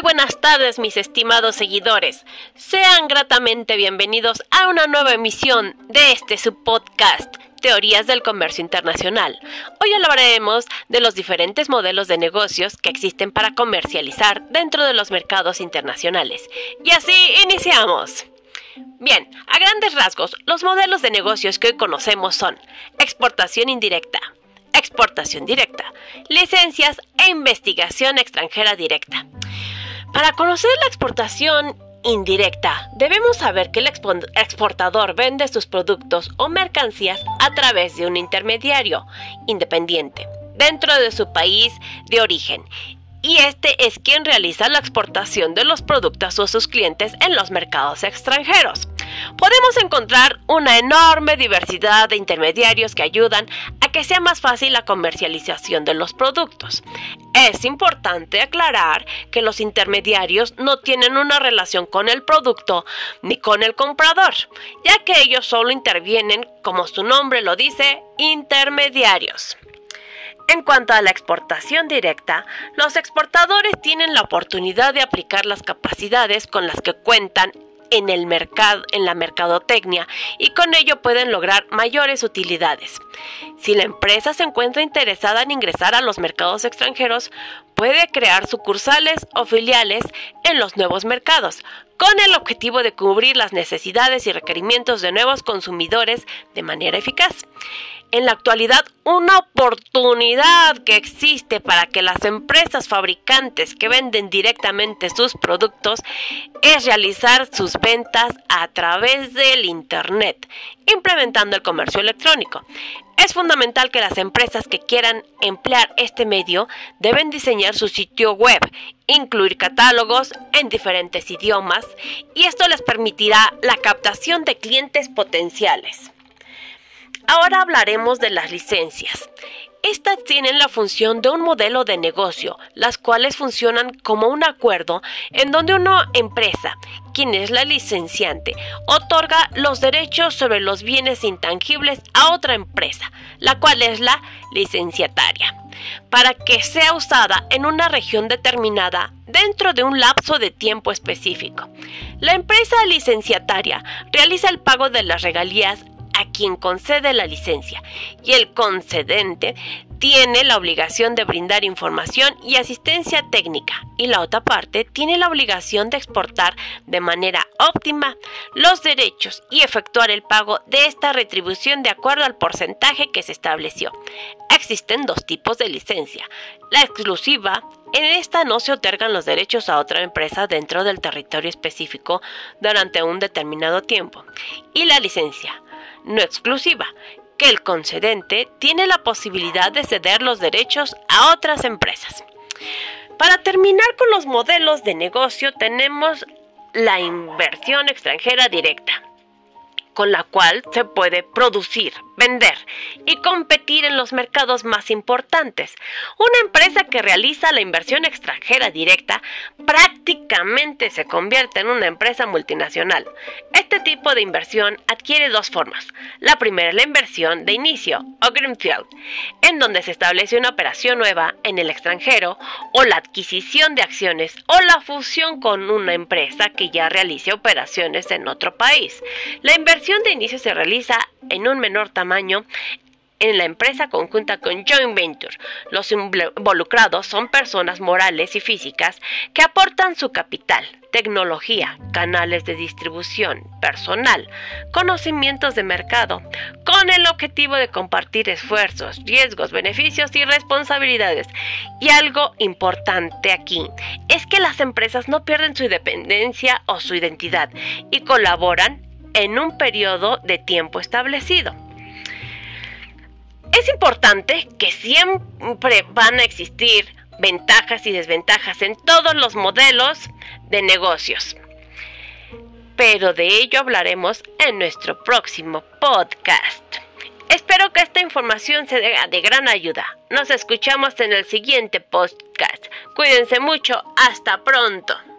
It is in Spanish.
Muy buenas tardes, mis estimados seguidores. Sean gratamente bienvenidos a una nueva emisión de su podcast, Teorías del Comercio Internacional. Hoy hablaremos de los diferentes modelos de negocios que existen para comercializar dentro de los mercados internacionales. Y así iniciamos. Bien, a grandes rasgos, los modelos de negocios que hoy conocemos son exportación indirecta, exportación directa, licencias e investigación extranjera directa. Para conocer la exportación indirecta, debemos saber que el exportador vende sus productos o mercancías a través de un intermediario independiente dentro de su país de origen. Y este es quien realiza la exportación de los productos a sus clientes en los mercados extranjeros. Podemos encontrar una enorme diversidad de intermediarios que ayudan a que sea más fácil la comercialización de los productos. Es importante aclarar que los intermediarios no tienen una relación con el producto ni con el comprador, ya que ellos solo intervienen, como su nombre lo dice, intermediarios. En cuanto a la exportación directa, los exportadores tienen la oportunidad de aplicar las capacidades con las que cuentan en la mercadotecnia, y con ello pueden lograr mayores utilidades. Si la empresa se encuentra interesada en ingresar a los mercados extranjeros, puede crear sucursales o filiales en los nuevos mercados, con el objetivo de cubrir las necesidades y requerimientos de nuevos consumidores de manera eficaz. En la actualidad, una oportunidad que existe para que las empresas fabricantes que venden directamente sus productos es realizar sus ventas a través del Internet, implementando el comercio electrónico. Es fundamental que las empresas que quieran emplear este medio deben diseñar su sitio web, incluir catálogos en diferentes idiomas, y esto les permitirá la captación de clientes potenciales. Ahora hablaremos de las licencias. Estas tienen la función de un modelo de negocio, las cuales funcionan como un acuerdo en donde una empresa, quien es la licenciante, otorga los derechos sobre los bienes intangibles a otra empresa, la cual es la licenciataria, para que sea usada en una región determinada dentro de un lapso de tiempo específico. La empresa licenciataria realiza el pago de las regalías a quien concede la licencia, y el concedente tiene la obligación de brindar información y asistencia técnica, y la otra parte tiene la obligación de exportar de manera óptima los derechos y efectuar el pago de esta retribución de acuerdo al porcentaje que se estableció. Existen dos tipos de licencia: la exclusiva. En esta no se otorgan los derechos a otra empresa dentro del territorio específico durante un determinado tiempo, y la licencia no exclusiva, que el concedente tiene la posibilidad de ceder los derechos a otras empresas. Para terminar con los modelos de negocio, tenemos la inversión extranjera directa, con la cual se puede producir, vender y competir en los mercados más importantes. Una empresa que realiza la inversión extranjera directa prácticamente se convierte en una empresa multinacional. Este tipo de inversión adquiere dos formas. La primera es la inversión de inicio, o greenfield, en donde se establece una operación nueva en el extranjero, o la adquisición de acciones o la fusión con una empresa que ya realice operaciones en otro país. La inversión de inicio se realiza en un menor tamaño en la empresa conjunta con joint venture. Los involucrados son personas morales y físicas que aportan su capital, tecnología, canales de distribución, personal, conocimientos de mercado, con el objetivo de compartir esfuerzos, riesgos, beneficios y responsabilidades. Y algo importante aquí es que las empresas no pierden su independencia o su identidad y colaboran en un periodo de tiempo establecido. Es importante que siempre van a existir ventajas y desventajas en todos los modelos de negocios, pero de ello hablaremos en nuestro próximo podcast. Espero que esta información sea de gran ayuda. Nos escuchamos en el siguiente podcast. Cuídense mucho. Hasta pronto.